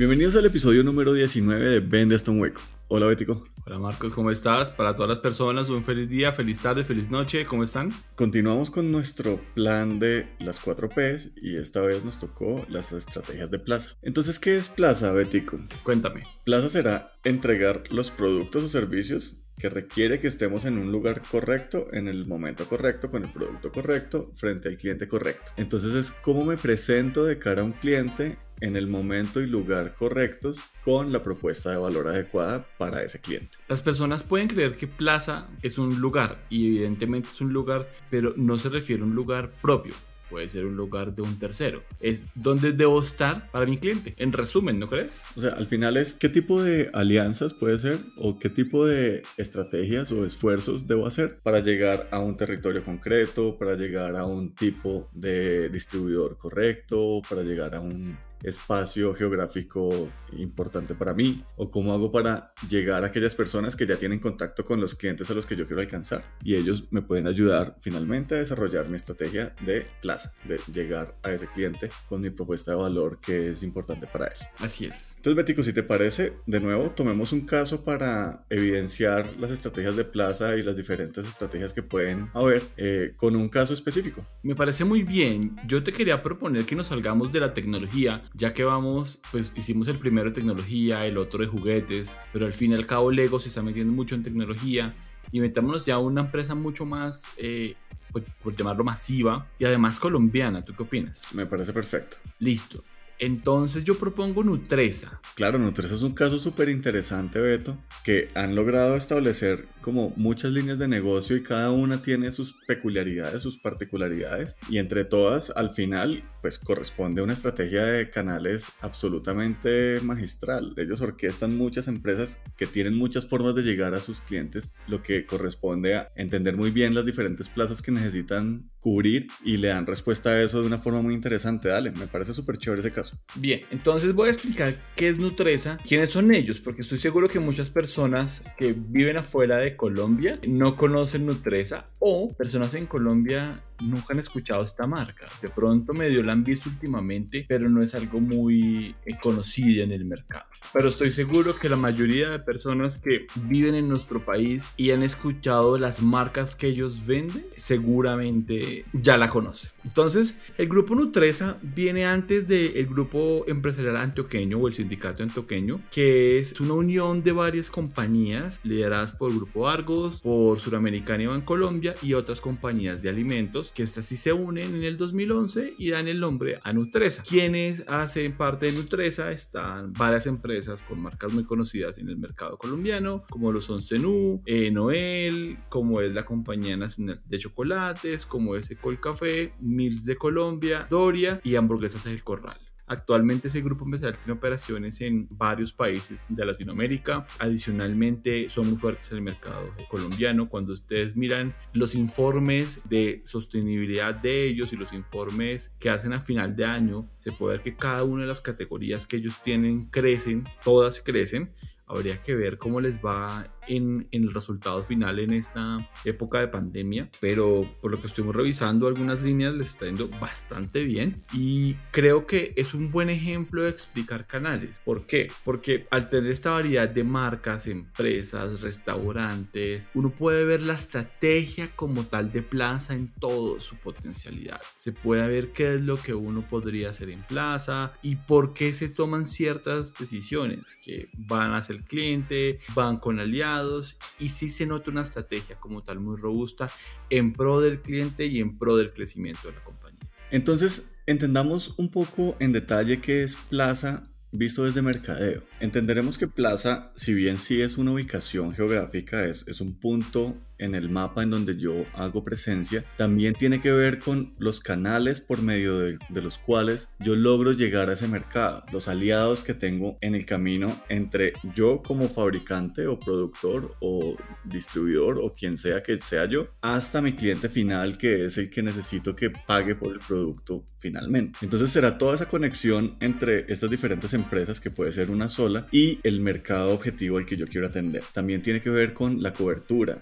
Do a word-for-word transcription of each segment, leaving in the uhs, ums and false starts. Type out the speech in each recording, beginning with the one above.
Bienvenidos al episodio número diecinueve de Vende hasta un hueco. Hola, Bético. Hola, Marcos, ¿cómo estás? Para todas las personas, un feliz día, feliz tarde, feliz noche, ¿cómo están? Continuamos con nuestro plan de las cuatro P's y esta vez nos tocó las estrategias de Plaza. Entonces, ¿qué es Plaza, Bético? Cuéntame. Plaza será entregar los productos o servicios que requiere que estemos en un lugar correcto, en el momento correcto, con el producto correcto, frente al cliente correcto. Entonces es cómo me presento de cara a un cliente en el momento y lugar correctos con la propuesta de valor adecuada para ese cliente. Las personas pueden creer que Plaza es un lugar y evidentemente es un lugar, pero no se refiere a un lugar propio. Puede ser un lugar de un tercero. Es donde debo estar para mi cliente. En resumen, ¿no crees? O sea, al final es qué tipo de alianzas puede ser o qué tipo de estrategias o esfuerzos debo hacer para llegar a un territorio concreto, para llegar a un tipo de distribuidor correcto, para llegar a un espacio geográfico importante para mí, o cómo hago para llegar a aquellas personas que ya tienen contacto con los clientes a los que yo quiero alcanzar, y ellos me pueden ayudar finalmente a desarrollar mi estrategia de Plaza, de llegar a ese cliente con mi propuesta de valor que es importante para él. Así es. Entonces, Bético, si te parece, de nuevo tomemos un caso para evidenciar las estrategias de Plaza y las diferentes estrategias que pueden haber eh, con un caso específico. Me parece muy bien. Yo te quería proponer que nos salgamos de la tecnología, ya que vamos, pues hicimos el primero de tecnología, el otro de juguetes, pero al fin y al cabo Lego se está metiendo mucho en tecnología y metámonos ya a una empresa mucho más, eh, pues, por llamarlo masiva y además colombiana. ¿Tú qué opinas? Me parece perfecto. Listo. Entonces yo propongo Nutresa. Claro, Nutresa es un caso súper interesante, Beto, que han logrado establecer como muchas líneas de negocio y cada una tiene sus peculiaridades, sus particularidades, y entre todas, al final, pues corresponde a una estrategia de canales absolutamente magistral. Ellos orquestan muchas empresas que tienen muchas formas de llegar a sus clientes, lo que corresponde a entender muy bien las diferentes plazas que necesitan cubrir y le dan respuesta a eso de una forma muy interesante. Dale, me parece súper chévere ese caso. Bien, entonces voy a explicar qué es Nutresa, quiénes son ellos, porque estoy seguro que muchas personas que viven afuera de Colombia no conocen Nutresa, o personas en Colombia nunca han escuchado esta marca. De pronto medio la han visto últimamente, pero no es algo muy eh, conocido en el mercado. Pero estoy seguro que la mayoría de personas que viven en nuestro país y han escuchado las marcas que ellos venden, seguramente ya la conocen. Entonces, el grupo Nutresa viene antes del grupo empresarial antioqueño o el sindicato antioqueño, que es una unión de varias compañías lideradas por Grupo Argos, por Suramericana y Bancolombia y otras compañías de alimentos, que estas sí se unen en el dos mil once y dan el nombre a Nutresa. Quienes hacen parte de Nutresa están varias empresas con marcas muy conocidas en el mercado colombiano, como lo son Zenú, eh, Noel, como es la Compañía Nacional de Chocolates, como es Colcafé, Mills de Colombia, Doria y Hamburguesas El Corral. Actualmente ese grupo empresarial tiene operaciones en varios países de Latinoamérica. Adicionalmente son muy fuertes en el mercado colombiano. Cuando ustedes miran los informes de sostenibilidad de ellos y los informes que hacen a final de año, se puede ver que cada una de las categorías que ellos tienen crecen, todas crecen. Habría que ver cómo les va en, en el resultado final en esta época de pandemia, pero por lo que estuvimos revisando algunas líneas les está yendo bastante bien y creo que es un buen ejemplo de explicar canales. ¿Por qué? Porque al tener esta variedad de marcas, empresas, restaurantes, uno puede ver la estrategia como tal de Plaza en toda su potencialidad. Se puede ver qué es lo que uno podría hacer en Plaza y por qué se toman ciertas decisiones que van hacia el cliente, van con aliados y sí se nota una estrategia como tal muy robusta en pro del cliente y en pro del crecimiento de la compañía. Entonces, entendamos un poco en detalle qué es Plaza visto desde mercadeo. Entenderemos que Plaza, si bien sí es una ubicación geográfica, es, es un punto en el mapa en donde yo hago presencia, también tiene que ver con los canales por medio de, de los cuales yo logro llegar a ese mercado, los aliados que tengo en el camino entre yo como fabricante o productor o distribuidor o quien sea que sea yo, hasta mi cliente final, que es el que necesito que pague por el producto finalmente. Entonces será toda esa conexión entre estas diferentes empresas, que puede ser una sola, y el mercado objetivo al que yo quiero atender. También tiene que ver con la cobertura, mi ubicación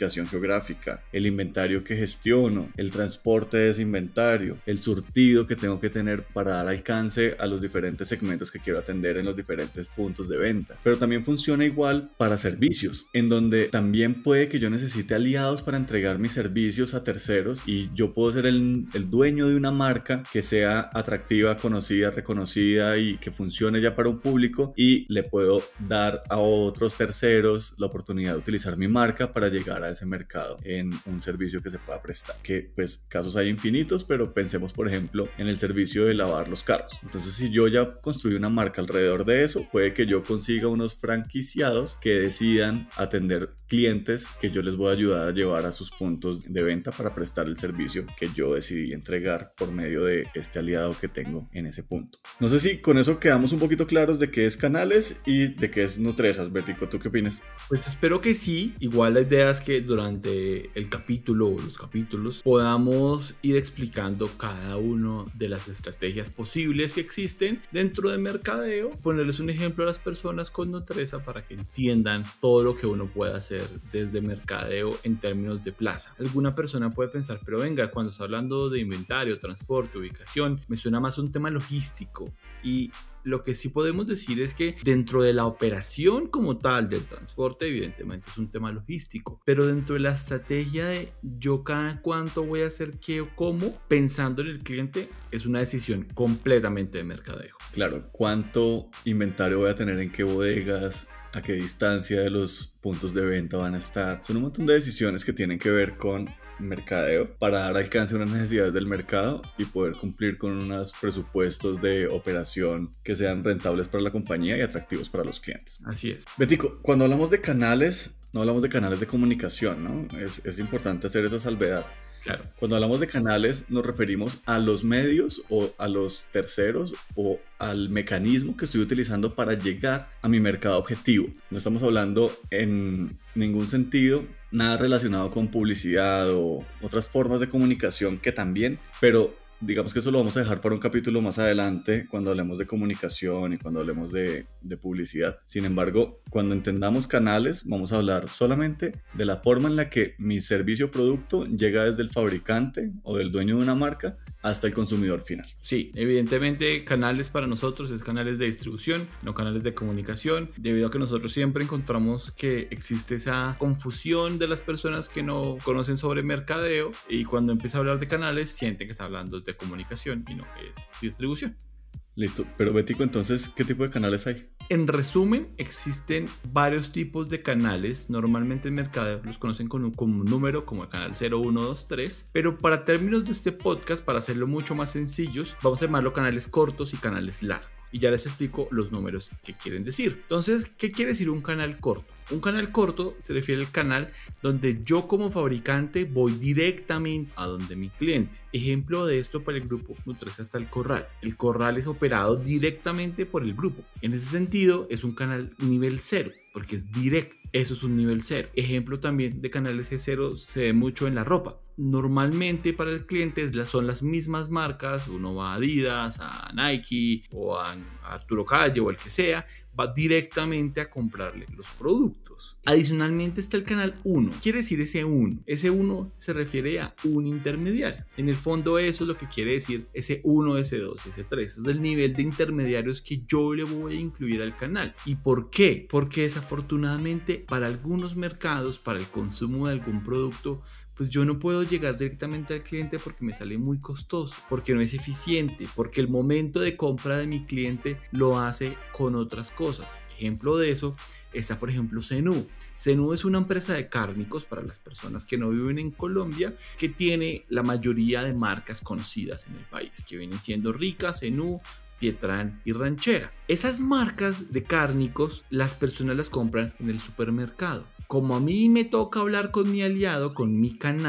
ubicación geográfica, el inventario que gestiono, el transporte de ese inventario, el surtido que tengo que tener para dar alcance a los diferentes segmentos que quiero atender en los diferentes puntos de venta. Pero también funciona igual para servicios, en donde también puede que yo necesite aliados para entregar mis servicios a terceros y yo puedo ser el, el dueño de una marca que sea atractiva, conocida, reconocida y que funcione ya para un público, y le puedo dar a otros terceros la oportunidad de utilizar mi marca para llegar a ese mercado en un servicio que se pueda prestar. Que pues casos hay infinitos, pero pensemos por ejemplo en el servicio de lavar los carros. Entonces, si yo ya construí una marca alrededor de eso, puede que yo consiga unos franquiciados que decidan atender clientes que yo les voy a ayudar a llevar a sus puntos de venta para prestar el servicio que yo decidí entregar por medio de este aliado que tengo en ese punto. No sé si con eso quedamos un poquito claros de qué es Canales y de qué es Nutresas. Bertico, ¿tú qué opinas? Pues espero que sí. Igual la idea es que durante el capítulo o los capítulos podamos ir explicando cada una de las estrategias posibles que existen dentro de mercadeo, ponerles un ejemplo a las personas con Nutresa para que entiendan todo lo que uno puede hacer desde mercadeo en términos de plaza. Alguna persona puede pensar, pero venga, cuando está hablando de inventario, transporte, ubicación, me suena más un tema logístico. Y lo que sí podemos decir es que dentro de la operación como tal del transporte, evidentemente es un tema logístico, pero dentro de la estrategia de yo cada cuánto voy a hacer qué o cómo, pensando en el cliente, es una decisión completamente de mercadeo. Claro, ¿cuánto inventario voy a tener en qué bodegas? ¿A qué distancia de los puntos de venta van a estar? Son un montón de decisiones que tienen que ver con mercadeo para dar alcance a unas necesidades del mercado y poder cumplir con unos presupuestos de operación que sean rentables para la compañía y atractivos para los clientes. Así es. Betico, cuando hablamos de canales, no hablamos de canales de comunicación, ¿no? Es, es importante hacer esa salvedad. Claro. Cuando hablamos de canales nos referimos a los medios o a los terceros o al mecanismo que estoy utilizando para llegar a mi mercado objetivo. No estamos hablando en ningún sentido nada relacionado con publicidad o otras formas de comunicación que también, pero digamos que eso lo vamos a dejar para un capítulo más adelante cuando hablemos de comunicación y cuando hablemos de, de publicidad. Sin embargo, cuando entendamos canales, vamos a hablar solamente de la forma en la que mi servicio o producto llega desde el fabricante o del dueño de una marca hasta el consumidor final. Sí, evidentemente canales para nosotros es canales de distribución, no canales de comunicación, debido a que nosotros siempre encontramos que existe esa confusión de las personas que no conocen sobre mercadeo y cuando empieza a hablar de canales sienten que está hablando de comunicación y no es distribución. Listo, pero Betico, entonces, ¿qué tipo de canales hay? En resumen, existen varios tipos de canales. Normalmente en mercadeo los conocen con un, con un número como el canal cero, uno, dos, tres. Pero para términos de este podcast, para hacerlo mucho más sencillos, vamos a llamarlo canales cortos y canales largos. Y ya les explico los números que quieren decir. Entonces, ¿qué quiere decir un canal corto? Un canal corto se refiere al canal donde yo como fabricante voy directamente a donde mi cliente. Ejemplo de esto para el grupo Nutresa está el Corral. El Corral es operado directamente por el grupo. En ese sentido es un canal nivel cero porque es directo. Eso es un nivel cero. Ejemplo también de canales G cero se ve mucho en la ropa. Normalmente para el cliente son las mismas marcas. Uno va a Adidas, a Nike o a Arturo Calle o el que sea. Va directamente a comprarle los productos. Adicionalmente está el canal uno. Quiere decir ese uno. Ese uno se refiere a un intermediario. En el fondo eso es lo que quiere decir ese uno, ese dos, ese tres. Es el nivel de intermediarios que yo le voy a incluir al canal. ¿Y por qué? Porque desafortunadamente para algunos mercados, para el consumo de algún producto, pues yo no puedo llegar directamente al cliente porque me sale muy costoso, porque no es eficiente, porque el momento de compra de mi cliente lo hace con otras cosas. Ejemplo de eso está, por ejemplo, Zenú. Zenú es una empresa de cárnicos para las personas que no viven en Colombia, que tiene la mayoría de marcas conocidas en el país, que vienen siendo Rica, Zenú, Pietrán y Ranchera. Esas marcas de cárnicos, las personas las compran en el supermercado. Como a mí me toca hablar con mi aliado, con mi canal,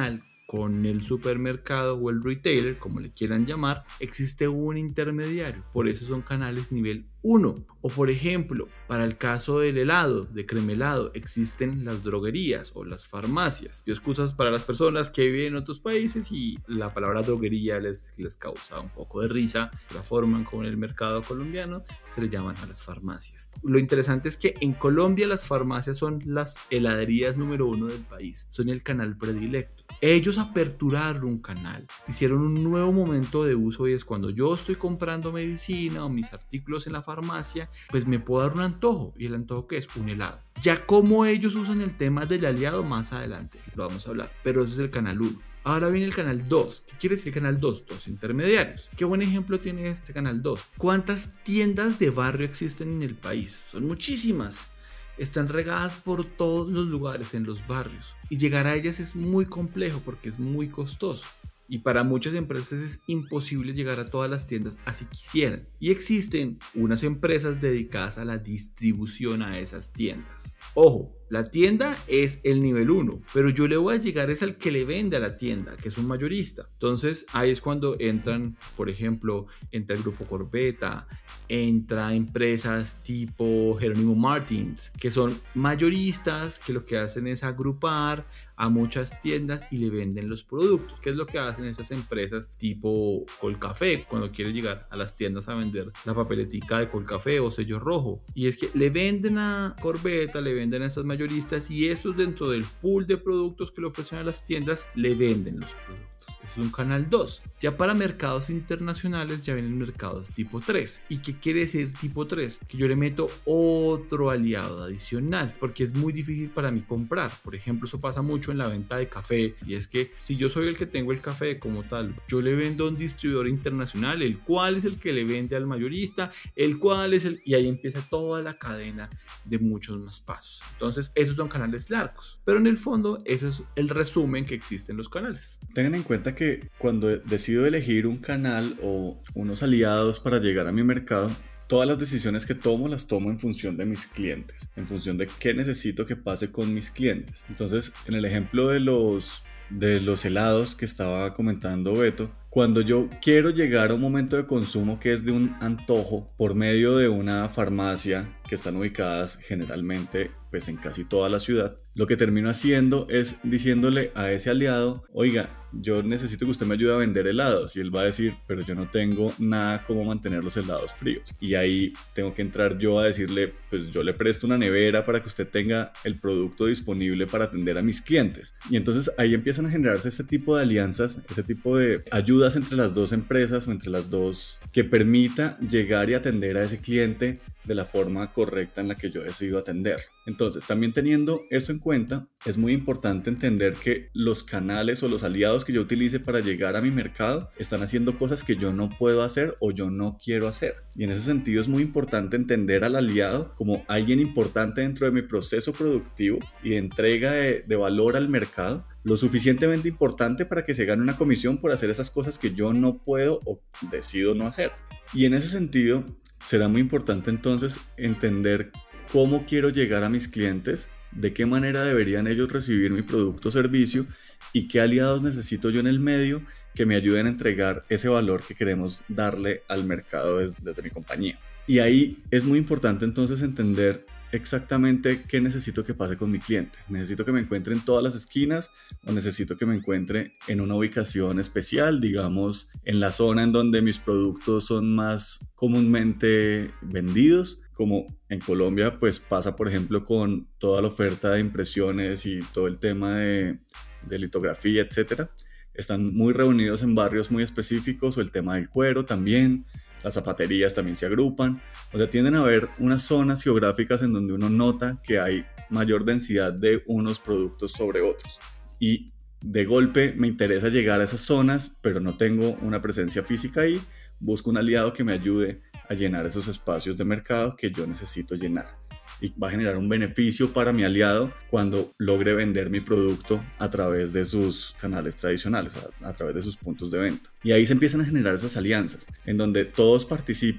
con el supermercado o el retailer, como le quieran llamar, existe un intermediario. Por eso son canales nivel uno. O por ejemplo, para el caso del helado, de crema helado, existen las droguerías o las farmacias. Y excusas para las personas que viven en otros países y la palabra droguería les, les causa un poco de risa. La forma como en el mercado colombiano se le llaman a las farmacias. Lo interesante es que en Colombia las farmacias son las heladerías número uno del país. Son el canal predilecto. Ellos aperturaron un canal, hicieron un nuevo momento de uso y es cuando yo estoy comprando medicina o mis artículos en la farmacia, pues me puedo dar un antojo. ¿Y el antojo qué es? Un helado. Ya como ellos usan el tema del aliado más adelante, lo vamos a hablar, pero ese es el canal uno. Ahora viene el canal dos. ¿Qué quiere decir el canal dos? Dos intermediarios. ¿Qué buen ejemplo tiene este canal dos? ¿Cuántas tiendas de barrio existen en el país? Son muchísimas. Están regadas por todos los lugares en los barrios y llegar a ellas es muy complejo porque es muy costoso y para muchas empresas es imposible llegar a todas las tiendas así quisieran, y existen unas empresas dedicadas a la distribución a esas tiendas. Ojo, la tienda es el nivel uno, pero yo le voy a llegar es al que le vende a la tienda, que es un mayorista. Entonces ahí es cuando entran, por ejemplo, entra el grupo Corbeta, entra empresas tipo Jerónimo Martins, que son mayoristas que lo que hacen es agrupar a muchas tiendas y le venden los productos. ¿Qué es lo que hacen esas empresas tipo Colcafé cuando quiere llegar a las tiendas a vender la papeletica de Colcafé o sello rojo? Y es que le venden a Corbeta, le venden a esas mayoristas y estos dentro del pool de productos que le ofrecen a las tiendas le venden los productos. Ese es un canal dos. Ya para mercados internacionales ya vienen mercados tipo tres. ¿Y qué quiere decir tipo tres? Que yo le meto otro aliado adicional porque es muy difícil para mí comprar. Por ejemplo, eso pasa mucho en la venta de café y es que si yo soy el que tengo el café como tal, yo le vendo a un distribuidor internacional, el cual es el que le vende al mayorista, el cual es el... y ahí empieza toda la cadena de muchos más pasos. Entonces, esos son canales largos. Pero en el fondo, eso es el resumen que existe en los canales. Tengan en cuenta que cuando decido elegir un canal o unos aliados para llegar a mi mercado, todas las decisiones que tomo las tomo en función de mis clientes, en función de qué necesito que pase con mis clientes. Entonces, en el ejemplo de los, de los helados que estaba comentando Beto, cuando yo quiero llegar a un momento de consumo que es de un antojo por medio de una farmacia que están ubicadas generalmente pues en casi toda la ciudad, lo que termino haciendo es diciéndole a ese aliado, oiga, yo necesito que usted me ayude a vender helados, y él va a decir, pero yo no tengo nada como mantener los helados fríos, y ahí tengo que entrar yo a decirle, pues yo le presto una nevera para que usted tenga el producto disponible para atender a mis clientes, y entonces ahí empiezan a generarse este tipo de alianzas, ese tipo de ayudas entre las dos empresas o entre las dos que permita llegar y atender a ese cliente de la forma correcta en la que yo decido atender. Entonces, también teniendo eso en cuenta, es muy importante entender que los canales o los aliados que yo utilice para llegar a mi mercado están haciendo cosas que yo no puedo hacer o yo no quiero hacer. Y en ese sentido es muy importante entender al aliado como alguien importante dentro de mi proceso productivo y de entrega de, de valor al mercado, lo suficientemente importante para que se gane una comisión por hacer esas cosas que yo no puedo o decido no hacer. Y en ese sentido, será muy importante entonces entender cómo quiero llegar a mis clientes, de qué manera deberían ellos recibir mi producto o servicio y qué aliados necesito yo en el medio que me ayuden a entregar ese valor que queremos darle al mercado desde, desde mi compañía. Y ahí es muy importante entonces entender exactamente qué necesito que pase con mi cliente. ¿Necesito que me encuentre en todas las esquinas o necesito que me encuentre en una ubicación especial, digamos, en la zona en donde mis productos son más comúnmente vendidos? Como en Colombia, pues pasa, por ejemplo, con toda la oferta de impresiones y todo el tema de, de litografía, etcétera. Están muy reunidos en barrios muy específicos, o el tema del cuero también. Las zapaterías también se agrupan, o sea, tienden a haber unas zonas geográficas en donde uno nota que hay mayor densidad de unos productos sobre otros. Y de golpe me interesa llegar a esas zonas, pero no tengo una presencia física ahí. Busco un aliado que me ayude a llenar esos espacios de mercado que yo necesito llenar. Y va a generar un beneficio para mi aliado cuando logre vender mi producto a través de sus canales tradicionales, a, a través de sus puntos de venta. Y ahí se empiezan a generar esas alianzas, en donde todos participan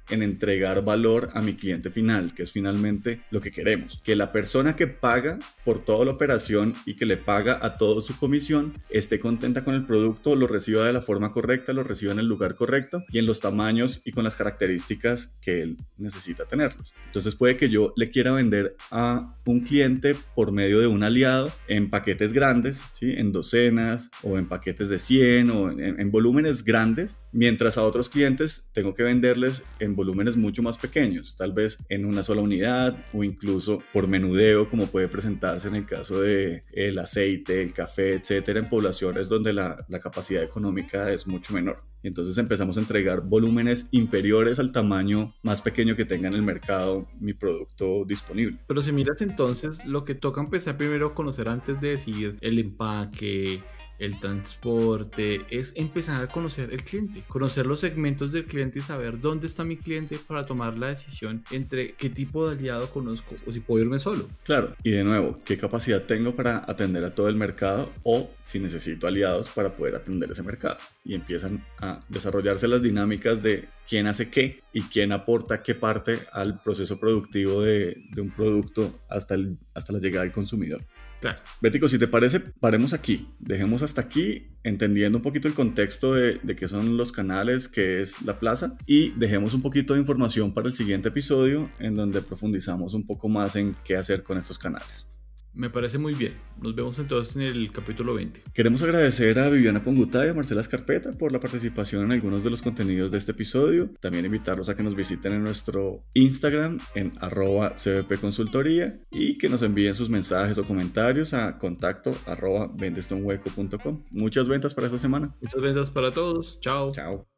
en entregar valor a mi cliente final, que es finalmente lo que queremos. Que la persona que paga por toda la operación y que le paga a toda su comisión esté contenta con el producto, lo reciba de la forma correcta, lo reciba en el lugar correcto y en los tamaños y con las características que él necesita tenerlos. Entonces puede que yo le quiera vender a un cliente por medio de un aliado en paquetes grandes, ¿sí? En docenas o en paquetes de cien o en, en volúmenes grandes, mientras a otros clientes tengo que venderles en volúmenes mucho más pequeños, tal vez en una sola unidad o incluso por menudeo, como puede presentarse en el caso de el aceite, el café, etcétera, en poblaciones donde la, la capacidad económica es mucho menor. Y entonces empezamos a entregar volúmenes inferiores al tamaño más pequeño que tenga en el mercado mi producto disponible. Pero si miras entonces, lo que toca empezar primero a conocer antes de decir el empaque, el transporte, es empezar a conocer el cliente, conocer los segmentos del cliente y saber dónde está mi cliente para tomar la decisión entre qué tipo de aliado conozco o si puedo irme solo. Claro, y de nuevo, qué capacidad tengo para atender a todo el mercado o si necesito aliados para poder atender ese mercado. Y empiezan a desarrollarse las dinámicas de quién hace qué y quién aporta qué parte al proceso productivo de, de un producto hasta, el, hasta la llegada del consumidor. Claro. Bético, si te parece, paremos aquí. Dejemos hasta aquí, entendiendo un poquito el contexto de, de qué son los canales, qué es la plaza, y dejemos un poquito de información para el siguiente episodio, en donde profundizamos un poco más en qué hacer con estos canales. Me parece muy bien. Nos vemos entonces en el capítulo veinte. Queremos agradecer a Viviana Pongutá y a Marcela Escarpeta por la participación en algunos de los contenidos de este episodio. También invitarlos a que nos visiten en nuestro Instagram en arroba cbpconsultoría y que nos envíen sus mensajes o comentarios a contacto arroba vendestounhueco punto com. Muchas ventas para esta semana. Muchas ventas para todos. Chao. Chao.